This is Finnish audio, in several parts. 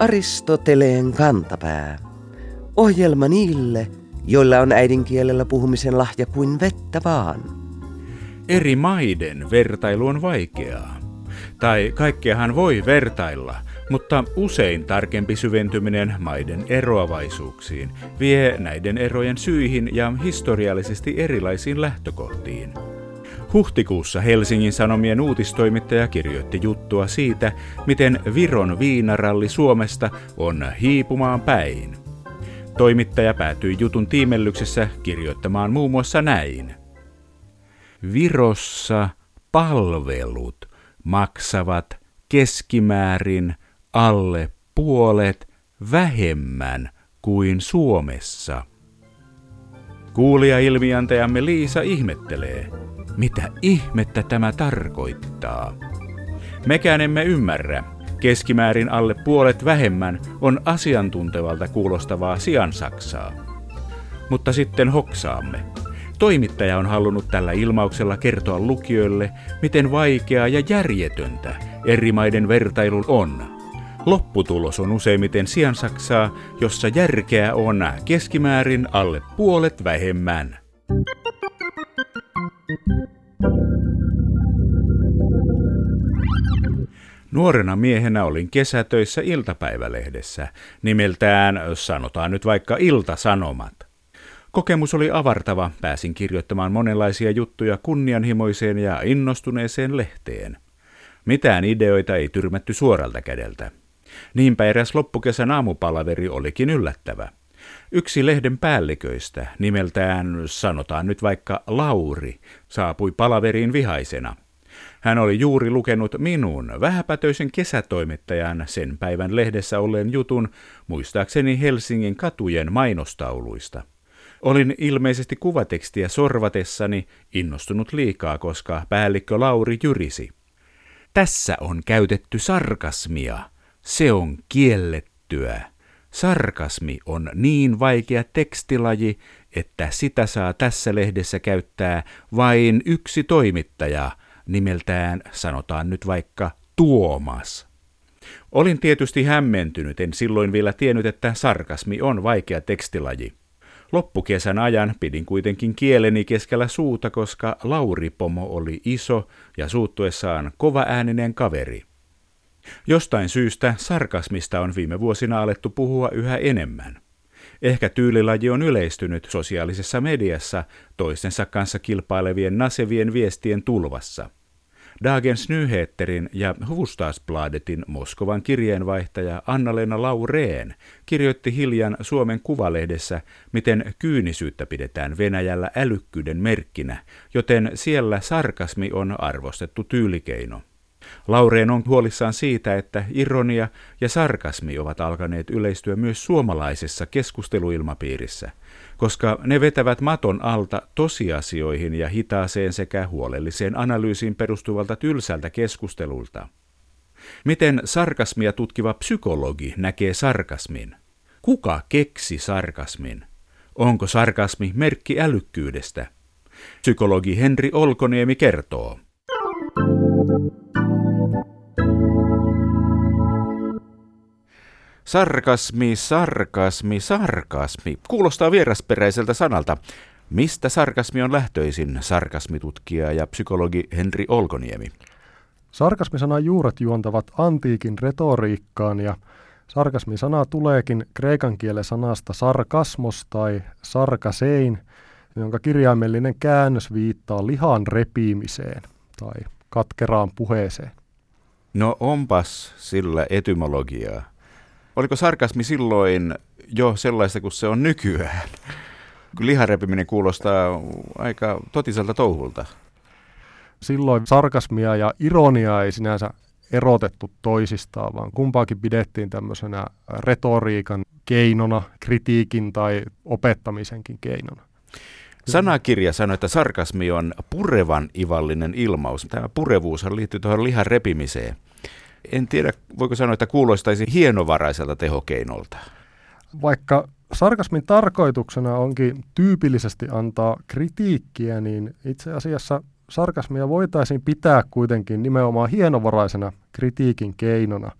Aristoteleen kantapää. Ohjelma niille, joilla on äidinkielellä puhumisen lahja kuin vettä vaan. Eri maiden vertailu on vaikeaa. Tai kaikkeahan voi vertailla, mutta usein tarkempi syventyminen maiden eroavaisuuksiin vie näiden erojen syihin ja historiallisesti erilaisiin lähtökohtiin. Huhtikuussa Helsingin Sanomien uutistoimittaja kirjoitti juttua siitä, miten Viron viinaralli Suomesta on hiipumaan päin. Toimittaja päätyi jutun tiimellyksessä kirjoittamaan muun muassa näin. Virossa palvelut maksavat keskimäärin alle puolet vähemmän kuin Suomessa. Kuulija-ilmiantajamme Liisa ihmettelee, mitä ihmettä tämä tarkoittaa. Mekään emme ymmärrä. Keskimäärin alle puolet vähemmän on asiantuntevalta kuulostavaa siansaksaa. Mutta sitten hoksaamme. Toimittaja on halunnut tällä ilmauksella kertoa lukijoille, miten vaikeaa ja järjetöntä eri maiden vertailu on. Lopputulos on useimmiten siansaksaa, jossa järkeä on keskimäärin alle puolet vähemmän. Nuorena miehenä olin kesätöissä iltapäivälehdessä, nimeltään sanotaan nyt vaikka Ilta-Sanomat. Kokemus oli avartava, pääsin kirjoittamaan monenlaisia juttuja kunnianhimoiseen ja innostuneeseen lehteen. Mitään ideoita ei tyrmätty suoralta kädeltä. Niinpä eräs loppukesän aamupalaveri olikin yllättävä. Yksi lehden päälliköistä, nimeltään sanotaan nyt vaikka Lauri, saapui palaveriin vihaisena. Hän oli juuri lukenut minun vähäpätöisen kesätoimittajan sen päivän lehdessä olleen jutun, muistaakseni Helsingin katujen mainostauluista. Olin ilmeisesti kuvatekstiä sorvatessani innostunut liikaa, koska päällikkö Lauri jyrisi. Tässä on käytetty sarkasmia. Se on kiellettyä. Sarkasmi on niin vaikea tekstilaji, että sitä saa tässä lehdessä käyttää vain yksi toimittaja, nimeltään sanotaan nyt vaikka Tuomas. Olin tietysti hämmentynyt, en silloin vielä tiennyt, että sarkasmi on vaikea tekstilaji. Loppukesän ajan pidin kuitenkin kieleni keskellä suuta, koska Lauri-pomo oli iso ja suuttuessaan kovaääninen kaveri. Jostain syystä sarkasmista on viime vuosina alettu puhua yhä enemmän. Ehkä tyylilaji on yleistynyt sosiaalisessa mediassa toistensa kanssa kilpailevien nasevien viestien tulvassa. Dagens Nyheterin ja Hufvudstadsbladetin Moskovan kirjeenvaihtaja Anna-Leena Laureen kirjoitti hiljan Suomen Kuvalehdessä, miten kyynisyyttä pidetään Venäjällä älykkyyden merkkinä, joten siellä sarkasmi on arvostettu tyylikeino. Laureen on huolissaan siitä, että ironia ja sarkasmi ovat alkaneet yleistyä myös suomalaisessa keskusteluilmapiirissä, koska ne vetävät maton alta tosiasioihin ja hitaaseen sekä huolelliseen analyysiin perustuvalta tylsältä keskustelulta. Miten sarkasmia tutkiva psykologi näkee sarkasmin? Kuka keksi sarkasmin? Onko sarkasmi merkki älykkyydestä? Psykologi Henri Olkoniemi kertoo. Sarkasmi, sarkasmi, sarkasmi. Kuulostaa vierasperäiseltä sanalta. Mistä sarkasmi on lähtöisin, sarkasmitutkija ja psykologi Henri Olkoniemi? Sarkasmisanan juuret juontavat antiikin retoriikkaan ja sarkasmisana tuleekin kreikan kielen sanasta sarkasmos tai sarkasein, jonka kirjaimellinen käännös viittaa lihan repimiseen tai katkeraan puheeseen. No onpas sillä etymologiaa. Oliko sarkasmi silloin jo sellaista kuin se on nykyään? Liharepiminen kuulostaa aika totiselta touhulta. Silloin sarkasmia ja ironiaa ei sinänsä erotettu toisistaan, vaan kumpaakin pidettiin tämmöisenä retoriikan keinona, kritiikin tai opettamisenkin keinona. Sanakirja sanoi, että sarkasmi on purevan ivallinen ilmaus. Tämä purevuushan liittyy tuohon lihan repimiseen. En tiedä, voiko sanoa, että kuulostaisi hienovaraiselta tehokeinolta. Vaikka sarkasmin tarkoituksena onkin tyypillisesti antaa kritiikkiä, niin itse asiassa sarkasmia voitaisiin pitää kuitenkin nimenomaan hienovaraisena kritiikin keinona.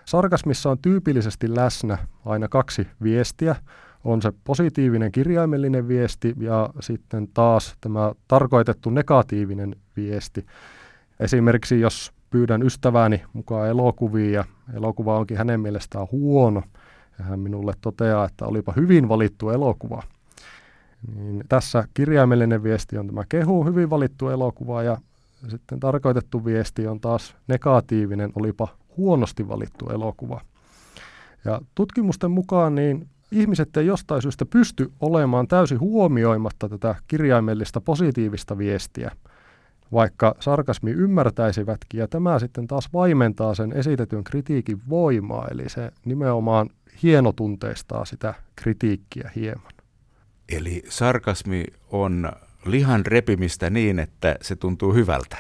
Sarkasmissa on tyypillisesti läsnä aina kaksi viestiä. On se positiivinen kirjaimellinen viesti ja sitten taas tämä tarkoitettu negatiivinen viesti. Esimerkiksi jos pyydän ystävääni mukaan elokuviin ja elokuva onkin hänen mielestään huono ja hän minulle toteaa, että olipa hyvin valittu elokuva. Niin tässä kirjaimellinen viesti on tämä kehu, hyvin valittu elokuva ja sitten tarkoitettu viesti on taas negatiivinen, olipa huonosti valittu elokuva. Ja tutkimusten mukaan niin ihmiset ei jostain syystä pysty olemaan täysin huomioimatta tätä kirjaimellista positiivista viestiä, vaikka sarkasmi ymmärtäisivätkin, ja tämä sitten taas vaimentaa sen esitetyn kritiikin voimaa, eli se nimenomaan hienotunteistaa sitä kritiikkiä hieman. Eli sarkasmi on lihan repimistä niin, että se tuntuu hyvältä.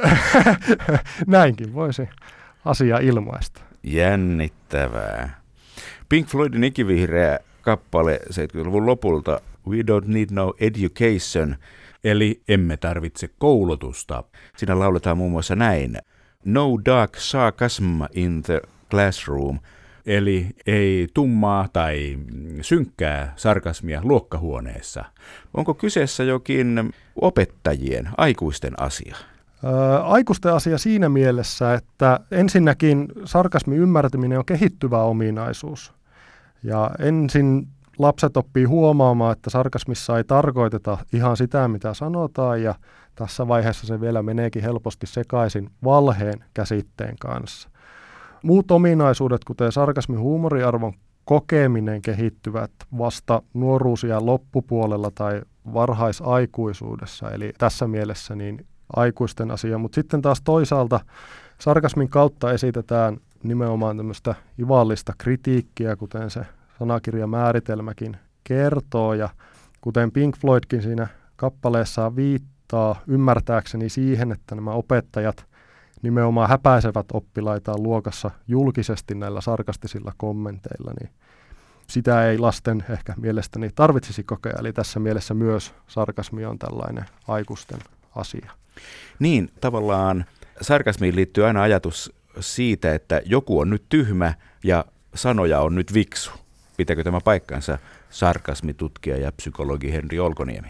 Näinkin voisi asia ilmaista. Jännittävää. Pink Floydin ikivihreä kappale 70-luvun lopulta We Don't Need No Education, eli emme tarvitse koulutusta. Siinä lauletaan muun muassa näin. No dark sarcasm in the classroom, eli ei tummaa tai synkkää sarkasmia luokkahuoneessa. Onko kyseessä jokin opettajien, aikuisten asia? Aikuisten asia siinä mielessä, että ensinnäkin sarkasmin ymmärtäminen on kehittyvä ominaisuus. Ja ensin lapset oppii huomaamaan, että sarkasmissa ei tarkoiteta ihan sitä, mitä sanotaan, ja tässä vaiheessa se vielä meneekin helposti sekaisin valheen käsitteen kanssa. Muut ominaisuudet, kuten sarkasmin huumoriarvon kokeminen, kehittyvät vasta nuoruusiän loppupuolella tai varhaisaikuisuudessa, eli tässä mielessä niin aikuisten asia, mutta sitten taas toisaalta sarkasmin kautta esitetään nimenomaan tämmöistä ivallista kritiikkiä, kuten se sanakirjamääritelmäkin kertoo, ja kuten Pink Floydkin siinä kappaleessaan viittaa ymmärtääkseni siihen, että nämä opettajat nimenomaan häpäisevät oppilaitaan luokassa julkisesti näillä sarkastisilla kommenteilla, niin sitä ei lasten ehkä mielestäni tarvitsisi kokea, eli tässä mielessä myös sarkasmi on tällainen aikuisten asia. Niin, tavallaan sarkasmiin liittyy aina ajatus siitä, että joku on nyt tyhmä ja sanoja on nyt viksu. Pitääkö tämä paikkansa, sarkasmitutkija ja psykologi Henri Olkoniemi?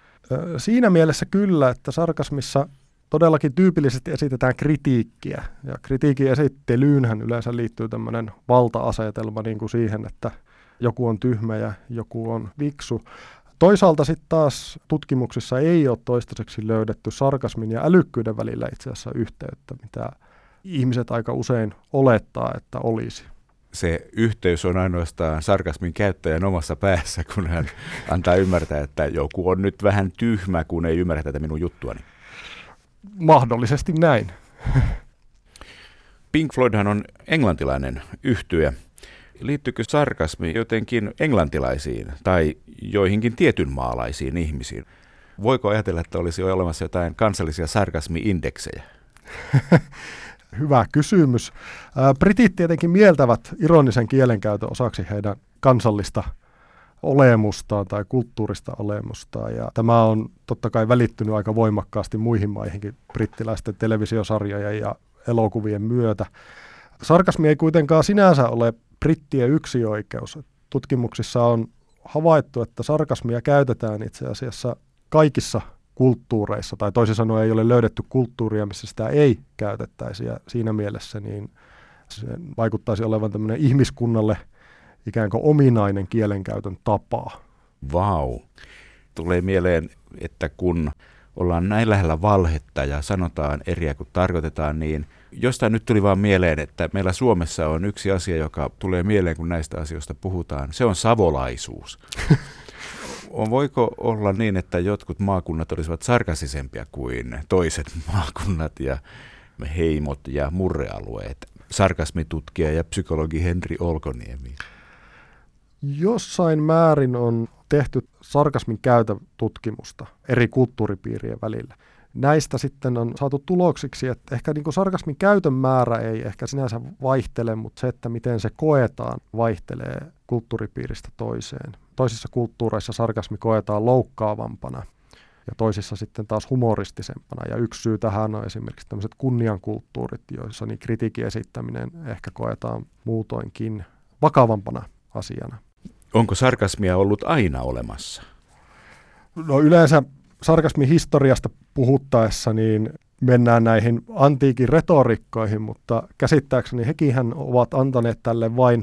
Siinä mielessä kyllä, että sarkasmissa todellakin tyypillisesti esitetään kritiikkiä. Ja kritiikin esittelyynhän yleensä liittyy tämmöinen valta-asetelma niin kuin siihen, että joku on tyhmä ja joku on viksu. Toisaalta sitten taas tutkimuksissa ei ole toistaiseksi löydetty sarkasmin ja älykkyyden välillä itse asiassa yhteyttä, mitä ihmiset aika usein olettaa, että olisi. Se yhteys on ainoastaan sarkasmin käyttäjän omassa päässä, kun hän antaa ymmärtää, että joku on nyt vähän tyhmä, kun ei ymmärrä tätä minun juttuani. Mahdollisesti näin. Pink Floydhan on englantilainen yhtye. Liittyykö sarkasmi jotenkin englantilaisiin tai joihinkin tietynmaalaisiin ihmisiin? Voiko ajatella, että olisi olemassa jotain kansallisia sarkasmi-indeksejä? Hyvä kysymys. Britit tietenkin mieltävät ironisen kielenkäytön osaksi heidän kansallista olemustaan tai kulttuurista olemustaan. Ja tämä on totta kai välittynyt aika voimakkaasti muihin maihinkin brittiläisten televisiosarjojen ja elokuvien myötä. Sarkasmi ei kuitenkaan sinänsä ole brittien yksioikeus. Tutkimuksissa on havaittu, että sarkasmia käytetään itse asiassa kaikissa kulttuureissa, tai toisin sanoen ei ole löydetty kulttuuria, missä sitä ei käytettäisi, ja siinä mielessä niin se vaikuttaisi olevan tämmöinen ihmiskunnalle ikään kuin ominainen kielenkäytön tapa. Vau. Tulee mieleen, että kun ollaan näin lähellä valhetta ja sanotaan eriä kuin tarkoitetaan, niin jostain nyt tuli vaan mieleen, että meillä Suomessa on yksi asia, joka tulee mieleen, kun näistä asioista puhutaan. Se on savolaisuus. Voiko olla niin, että jotkut maakunnat olisivat sarkastisempia kuin toiset maakunnat ja heimot ja murrealueet? Sarkasmitutkija ja psykologi Henri Olkoniemi. Jossain määrin on tehty sarkasmin käytön tutkimusta eri kulttuuripiirien välillä. Näistä sitten on saatu tuloksiksi, että ehkä niin kuin sarkasmin käytön määrä ei ehkä sinänsä vaihtele, mutta se, että miten se koetaan, vaihtelee kulttuuripiiristä toiseen. Toisissa kulttuureissa sarkasmi koetaan loukkaavampana ja toisissa sitten taas humoristisempana. Ja yksi syy tähän on esimerkiksi tämmöiset kunniankulttuurit, joissa niin kritiikin esittäminen ehkä koetaan muutoinkin vakavampana asiana. Onko sarkasmia ollut aina olemassa? No yleensä sarkasmin historiasta puhuttaessa niin mennään näihin antiikin retorikkoihin, mutta käsittääkseni hekinhän ovat antaneet tälle vain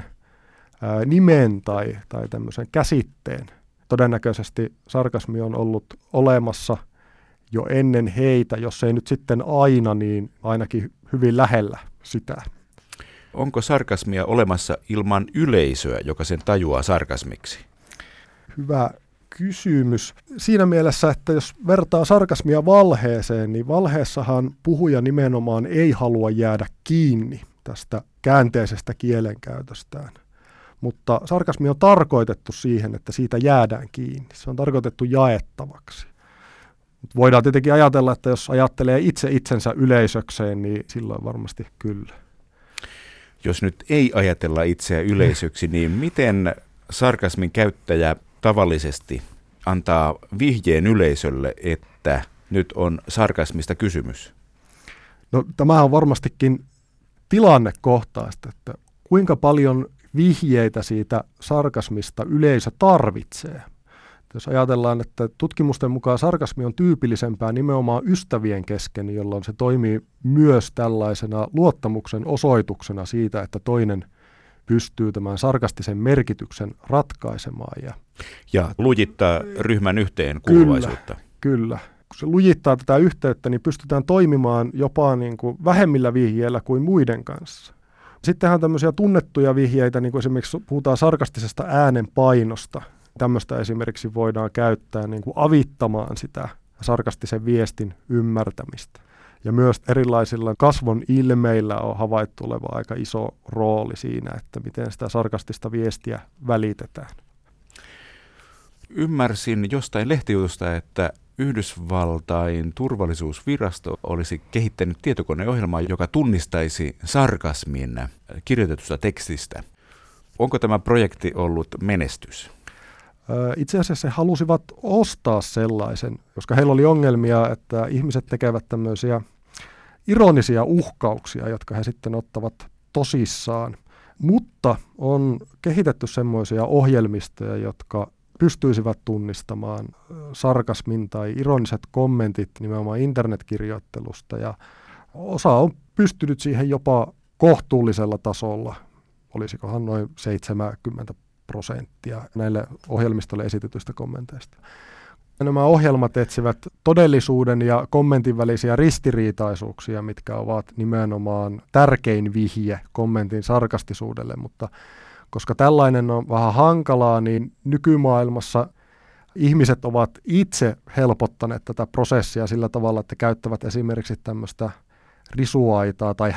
nimen tai tämmöisen käsitteen. Todennäköisesti sarkasmi on ollut olemassa jo ennen heitä, jos ei nyt sitten aina, niin ainakin hyvin lähellä sitä. Onko sarkasmia olemassa ilman yleisöä, joka sen tajuaa sarkasmiksi? Hyvä kysymys. Siinä mielessä, että jos vertaa sarkasmia valheeseen, niin valheessahan puhuja nimenomaan ei halua jäädä kiinni tästä käänteisestä kielenkäytöstään. Mutta sarkasmi on tarkoitettu siihen, että siitä jäädään kiinni. Se on tarkoitettu jaettavaksi. Mut voidaan tietenkin ajatella, että jos ajattelee itse itsensä yleisökseen, niin silloin varmasti kyllä. Jos nyt ei ajatella itseä yleisöksi, niin miten sarkasmin käyttäjä tavallisesti antaa vihjeen yleisölle, että nyt on sarkasmista kysymys? No tämä on varmastikin tilannekohtaista, että kuinka paljon vihjeitä siitä sarkasmista yleisö tarvitsee. Jos ajatellaan, että tutkimusten mukaan sarkasmi on tyypillisempää nimenomaan ystävien kesken, jolloin se toimii myös tällaisena luottamuksen osoituksena siitä, että toinen pystyy tämän sarkastisen merkityksen ratkaisemaan. Ja lujittaa ryhmän yhteen kuuluvaisuutta. Kyllä. Kun se lujittaa tätä yhteyttä, niin pystytään toimimaan jopa niin kuin vähemmillä vihjeillä kuin muiden kanssa. Sittenhän on tämmöisiä tunnettuja vihjeitä, niin kuin esimerkiksi puhutaan sarkastisesta äänenpainosta. Tämmöistä esimerkiksi voidaan käyttää niin kuin avittamaan sitä sarkastisen viestin ymmärtämistä. Ja myös erilaisilla kasvon ilmeillä on havaittu oleva aika iso rooli siinä, että miten sitä sarkastista viestiä välitetään. Ymmärsin jostain lehtijutusta, että Yhdysvaltain turvallisuusvirasto olisi kehittänyt tietokoneohjelmaa, joka tunnistaisi sarkasmin kirjoitetusta tekstistä. Onko tämä projekti ollut menestys? Itse asiassa he halusivat ostaa sellaisen, koska heillä oli ongelmia, että ihmiset tekevät tämmöisiä ironisia uhkauksia, jotka he sitten ottavat tosissaan. Mutta on kehitetty semmoisia ohjelmistoja, jotka pystyisivät tunnistamaan sarkasmin tai ironiset kommentit nimenomaan internetkirjoittelusta. Ja osa on pystynyt siihen jopa kohtuullisella tasolla, olisikohan noin 70% näille ohjelmistolle esitetyistä kommenteista. Nämä ohjelmat etsivät todellisuuden ja kommentin välisiä ristiriitaisuuksia, mitkä ovat nimenomaan tärkein vihje kommentin sarkastisuudelle, mutta koska tällainen on vähän hankalaa, niin nykymaailmassa ihmiset ovat itse helpottaneet tätä prosessia sillä tavalla, että käyttävät esimerkiksi tämmöistä risuaitaa tai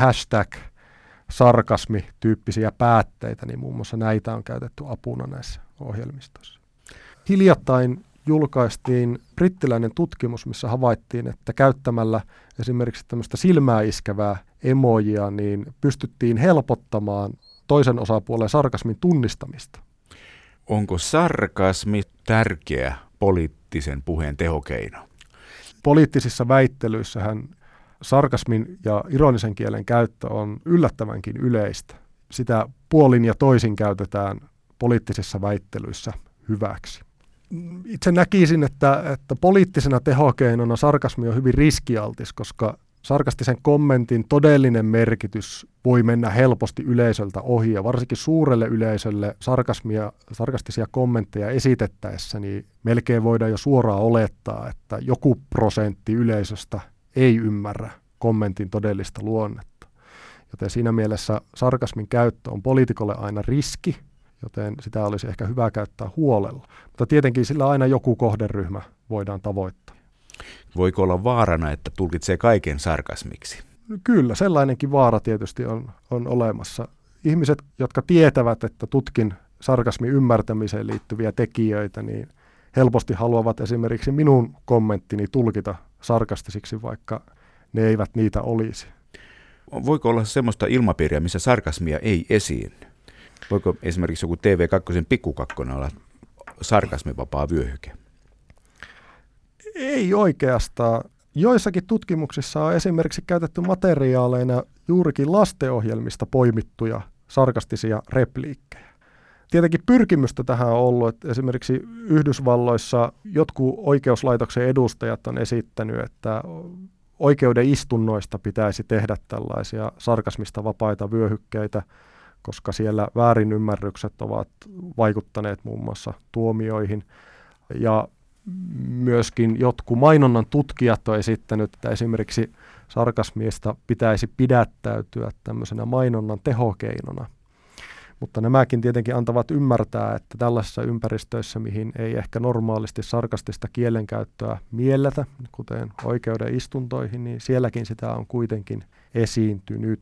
#sarkasmi-tyyppisiä päätteitä, niin muun muassa näitä on käytetty apuna näissä ohjelmistoissa. Hiljattain julkaistiin brittiläinen tutkimus, missä havaittiin, että käyttämällä esimerkiksi tämmöistä silmää iskevää emojia, niin pystyttiin helpottamaan toisen osapuolen sarkasmin tunnistamista. Onko sarkasmi tärkeä poliittisen puheen tehokeino? Poliittisissa väittelyissähän sarkasmin ja ironisen kielen käyttö on yllättävänkin yleistä. Sitä puolin ja toisin käytetään poliittisissa väittelyissä hyväksi. Itse näkisin, että poliittisena tehokeinona sarkasmi on hyvin riskialtis, koska sarkastisen kommentin todellinen merkitys voi mennä helposti yleisöltä ohi, ja varsinkin suurelle yleisölle sarkastisia kommentteja esitettäessä, niin melkein voidaan jo suoraan olettaa, että joku prosentti yleisöstä ei ymmärrä kommentin todellista luonnetta. Joten siinä mielessä sarkasmin käyttö on poliitikolle aina riski, joten sitä olisi ehkä hyvä käyttää huolella. Mutta tietenkin sillä aina joku kohderyhmä voidaan tavoittaa. Voiko olla vaarana, että tulkitsee kaiken sarkasmiksi? Kyllä, sellainenkin vaara tietysti on olemassa. Ihmiset, jotka tietävät, että tutkin sarkasmin ymmärtämiseen liittyviä tekijöitä, niin helposti haluavat esimerkiksi minun kommenttini tulkita sarkastisiksi, vaikka ne eivät niitä olisi. Voiko olla semmoista ilmapiiriä, missä sarkasmia ei esiinny? Voiko esimerkiksi joku TV2 Pikku Kakkonen olla sarkasmivapaa vyöhyke? Ei oikeastaan. Joissakin tutkimuksissa on esimerkiksi käytetty materiaaleina juurikin lastenohjelmista poimittuja sarkastisia repliikkejä. Tietenkin pyrkimystä tähän on ollut, että esimerkiksi Yhdysvalloissa jotkut oikeuslaitoksen edustajat on esittänyt, että oikeuden istunnoista pitäisi tehdä tällaisia sarkasmista vapaita vyöhykkeitä, koska siellä väärinymmärrykset ovat vaikuttaneet muun muassa tuomioihin. Ja myöskin jotkut mainonnan tutkijat on esittänyt, että esimerkiksi sarkasmista pitäisi pidättäytyä tämmöisenä mainonnan tehokeinona. Mutta nämäkin tietenkin antavat ymmärtää, että tällaisissa ympäristöissä, mihin ei ehkä normaalisti sarkastista kielenkäyttöä mielletä, kuten oikeuden istuntoihin, niin sielläkin sitä on kuitenkin esiintynyt.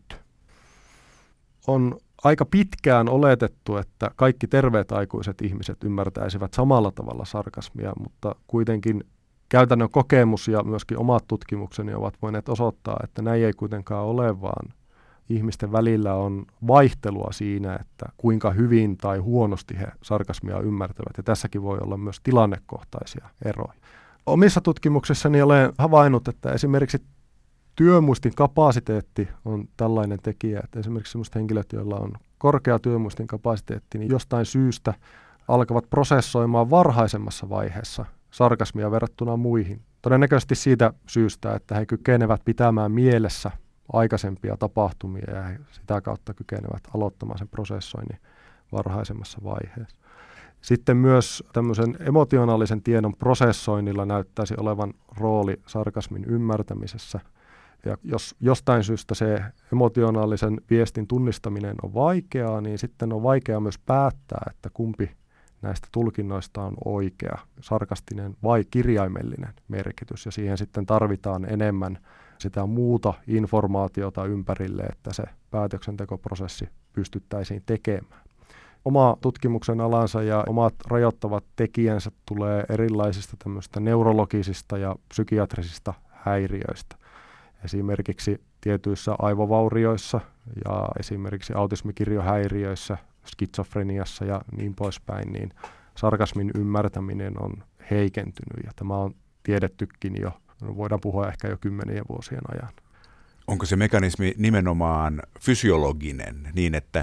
On aika pitkään oletettu, että kaikki terveet aikuiset ihmiset ymmärtäisivät samalla tavalla sarkasmia, mutta kuitenkin käytännön kokemus ja myöskin omat tutkimukseni ovat voineet osoittaa, että näin ei kuitenkaan ole, vaan ihmisten välillä on vaihtelua siinä, että kuinka hyvin tai huonosti he sarkasmia ymmärtävät. Ja tässäkin voi olla myös tilannekohtaisia eroja. Omissa tutkimuksissani olen havainnut, että esimerkiksi työmuistin kapasiteetti on tällainen tekijä, että esimerkiksi sellaiset henkilöt, joilla on korkea työmuistin kapasiteetti, niin jostain syystä alkavat prosessoimaan varhaisemmassa vaiheessa sarkasmia verrattuna muihin. Todennäköisesti siitä syystä, että he kykenevät pitämään mielessä aikaisempia tapahtumia ja he sitä kautta kykenevät aloittamaan sen prosessoinnin varhaisemmassa vaiheessa. Sitten myös tämmöisen emotionaalisen tiedon prosessoinnilla näyttäisi olevan rooli sarkasmin ymmärtämisessä. Ja jos jostain syystä se emotionaalisen viestin tunnistaminen on vaikeaa, niin sitten on vaikeaa myös päättää, että kumpi näistä tulkinnoista on oikea, sarkastinen vai kirjaimellinen merkitys. Ja siihen sitten tarvitaan enemmän sitä muuta informaatiota ympärille, että se päätöksentekoprosessi pystyttäisiin tekemään. Oma tutkimuksen alansa ja omat rajoittavat tekijänsä tulee erilaisista tämmöistä neurologisista ja psykiatrisista häiriöistä. Esimerkiksi tietyissä aivovaurioissa ja esimerkiksi autismikirjohäiriöissä, skitsofreniassa ja niin poispäin, niin sarkasmin ymmärtäminen on heikentynyt ja tämä on tiedettykin jo, voidaan puhua ehkä jo 10 vuosien ajan. Onko se mekanismi nimenomaan fysiologinen niin, että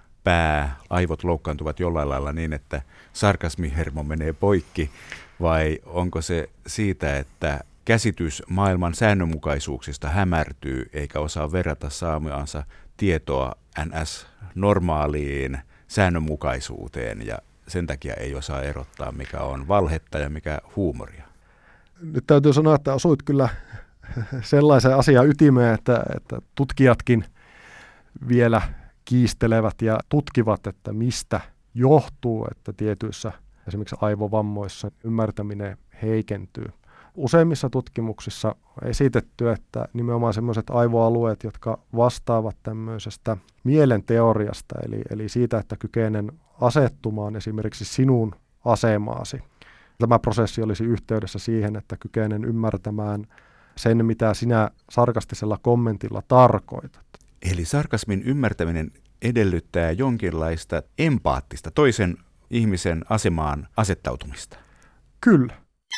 aivot loukkaantuvat jollain lailla niin, että sarkasmihermo menee poikki, vai onko se siitä, että käsitys maailman säännönmukaisuuksista hämärtyy eikä osaa verrata saamiansa tietoa NS-normaaliin säännönmukaisuuteen ja sen takia ei osaa erottaa, mikä on valhetta ja mikä huumoria? Nyt täytyy sanoa, että osuit kyllä sellaisen asian ytimeen, että tutkijatkin vielä kiistelevät ja tutkivat, että mistä johtuu, että tietyissä esimerkiksi aivovammoissa ymmärtäminen heikentyy. Useimmissa tutkimuksissa on esitetty, että nimenomaan sellaiset aivoalueet, jotka vastaavat tämmöisestä mielenteoriasta, eli siitä, että kykenen asettumaan esimerkiksi sinun asemaasi. Tämä prosessi olisi yhteydessä siihen, että kykenen ymmärtämään sen, mitä sinä sarkastisella kommentilla tarkoitat. Eli sarkasmin ymmärtäminen edellyttää jonkinlaista empaattista toisen ihmisen asemaan asettautumista. Kyllä.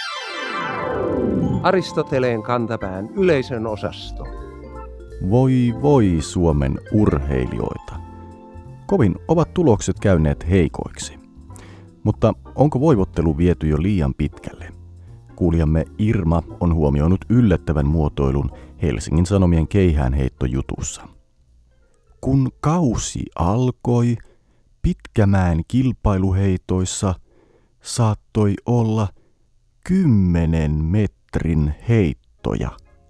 Aristoteleen kantapään yleisön osasto. Voi voi Suomen urheilijoita. Kovin ovat tulokset käyneet heikoiksi. Mutta onko voivottelu viety jo liian pitkälle? Kuulijamme Irma on huomioinut yllättävän muotoilun Helsingin Sanomien keihäänheittojutussa. Kun kausi alkoi, Pitkämäen kilpailuheitoissa saattoi olla 10 metrin heittoja.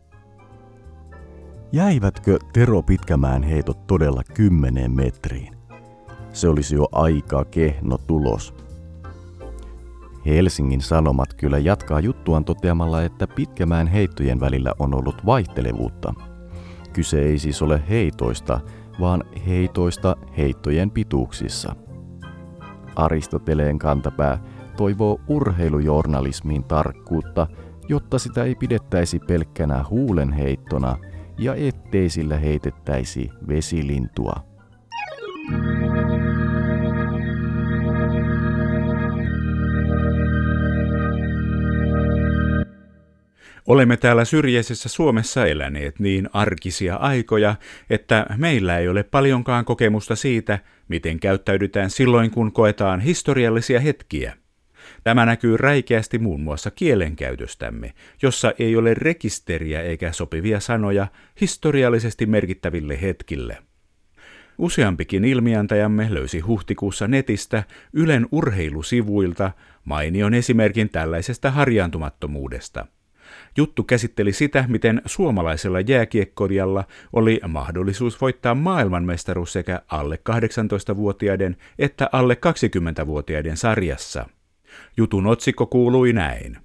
Jäivätkö Tero Pitkämäen heitot todella 10 metriin? Se olisi jo aika kehno tulos. Helsingin Sanomat kyllä jatkaa juttuaan toteamalla, että Pitkämäen heittojen välillä on ollut vaihtelevuutta. Kyse ei siis ole heitoista, vaan heitoista heittojen pituuksissa. Aristoteleen kantapää toivoo urheilujournalismiin tarkkuutta, jotta sitä ei pidettäisi pelkkänä huulenheittona ja ettei sillä heitettäisi vesilintua. Olemme täällä syrjäisessä Suomessa eläneet niin arkisia aikoja, että meillä ei ole paljonkaan kokemusta siitä, miten käyttäydytään silloin, kun koetaan historiallisia hetkiä. Tämä näkyy räikeästi muun muassa kielenkäytöstämme, jossa ei ole rekisteriä eikä sopivia sanoja historiallisesti merkittäville hetkille. Useampikin ilmiantajamme löysi huhtikuussa netistä Ylen urheilusivuilta mainion esimerkin tällaisesta harjaantumattomuudesta. Juttu käsitteli sitä, miten suomalaisella jääkiekkoilijalla oli mahdollisuus voittaa maailmanmestaruus sekä alle 18-vuotiaiden että alle 20-vuotiaiden sarjassa. Jutun otsikko kuului näin.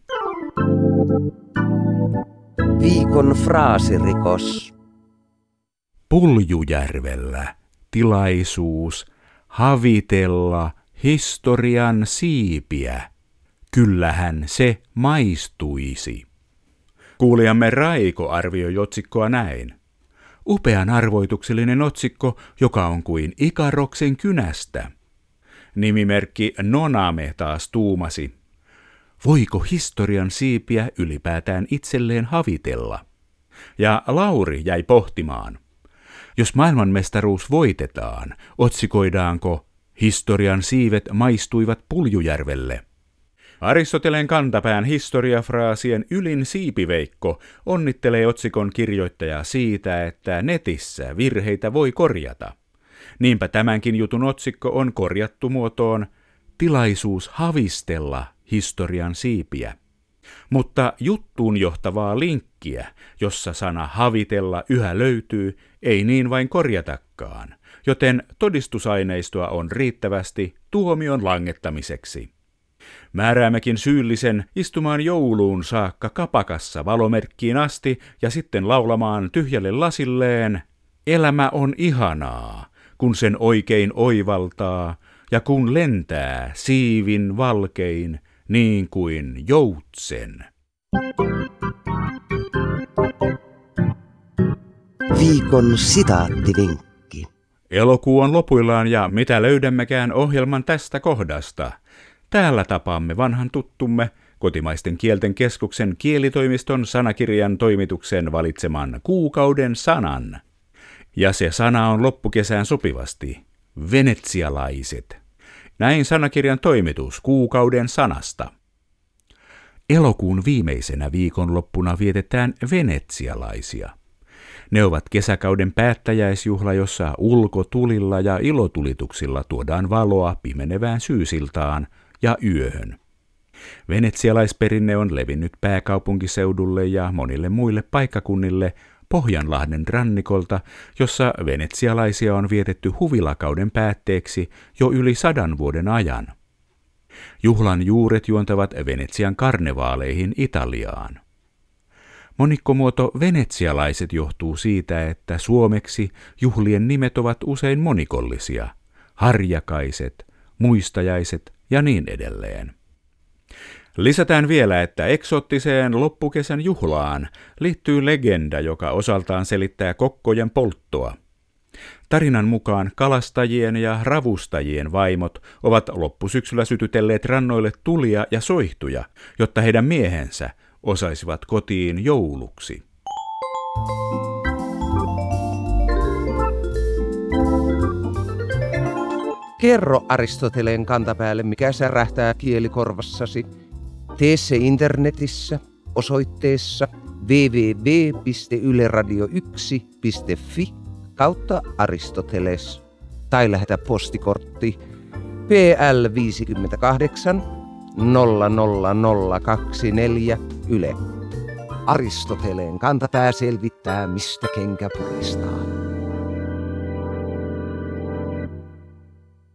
Viikon fraasirikos. Puljujärvellä tilaisuus havitella historian siipiä. Kyllähän se maistuisi. Kuulijamme Raiko arvioi otsikkoa näin. Upean arvoituksellinen otsikko, joka on kuin Ikaroksen kynästä. Nimimerkki Noname taas tuumasi. Voiko historian siipiä ylipäätään itselleen havitella? Ja Lauri jäi pohtimaan. Jos maailmanmestaruus voitetaan, otsikoidaanko historian siivet maistuivat Puljujärvelle? Aristoteleen kantapään historiafraasien ylin siipiveikko onnittelee otsikon kirjoittajaa siitä, että netissä virheitä voi korjata. Niinpä tämänkin jutun otsikko on korjattu muotoon tilaisuus havistella historian siipiä. Mutta juttuun johtavaa linkkiä, jossa sana havitella yhä löytyy, ei niin vain korjatakaan, joten todistusaineistoa on riittävästi tuomion langettamiseksi. Määräämmekin syyllisen istumaan jouluun saakka kapakassa valomerkkiin asti ja sitten laulamaan tyhjälle lasilleen, elämä on ihanaa, kun sen oikein oivaltaa ja kun lentää siivin valkein niin kuin joutsen. Viikon sitaattivinkki. Elokuu on lopuillaan ja mitä löydämmekään ohjelman tästä kohdasta. Täällä tapaamme vanhan tuttumme, Kotimaisten kielten keskuksen kielitoimiston sanakirjan toimituksen valitseman kuukauden sanan. Ja se sana on loppukesään sopivasti. Venetsialaiset. Näin sanakirjan toimitus kuukauden sanasta. Elokuun viimeisenä viikonloppuna vietetään venetsialaisia. Ne ovat kesäkauden päättäjäisjuhla, jossa ulkotulilla ja ilotulituksilla tuodaan valoa pimenevään syysiltaan ja yöhön. Venetsialaisperinne on levinnyt pääkaupunkiseudulle ja monille muille paikkakunnille Pohjanlahden rannikolta, jossa venetsialaisia on vietetty huvilakauden päätteeksi jo yli 100 vuoden ajan. Juhlan juuret juontavat Venetsian karnevaaleihin Italiaan. Monikkomuoto venetsialaiset johtuu siitä, että suomeksi juhlien nimet ovat usein monikollisia, harjakaiset, muistajaiset ja niin edelleen. Lisätään vielä, että eksoottiseen loppukesän juhlaan liittyy legenda, joka osaltaan selittää kokkojen polttoa. Tarinan mukaan kalastajien ja ravustajien vaimot ovat loppusyksyllä sytytelleet rannoille tulia ja soihtuja, jotta heidän miehensä osaisivat kotiin jouluksi. Kerro Aristoteleen kantapäälle, mikä särähtää kielikorvassasi. Tee se internetissä osoitteessa www.yleradio1.fi/Aristoteles tai lähetä postikortti PL 58 00024 Yle. Aristoteleen kantapää selvittää, mistä kenkä puristaa.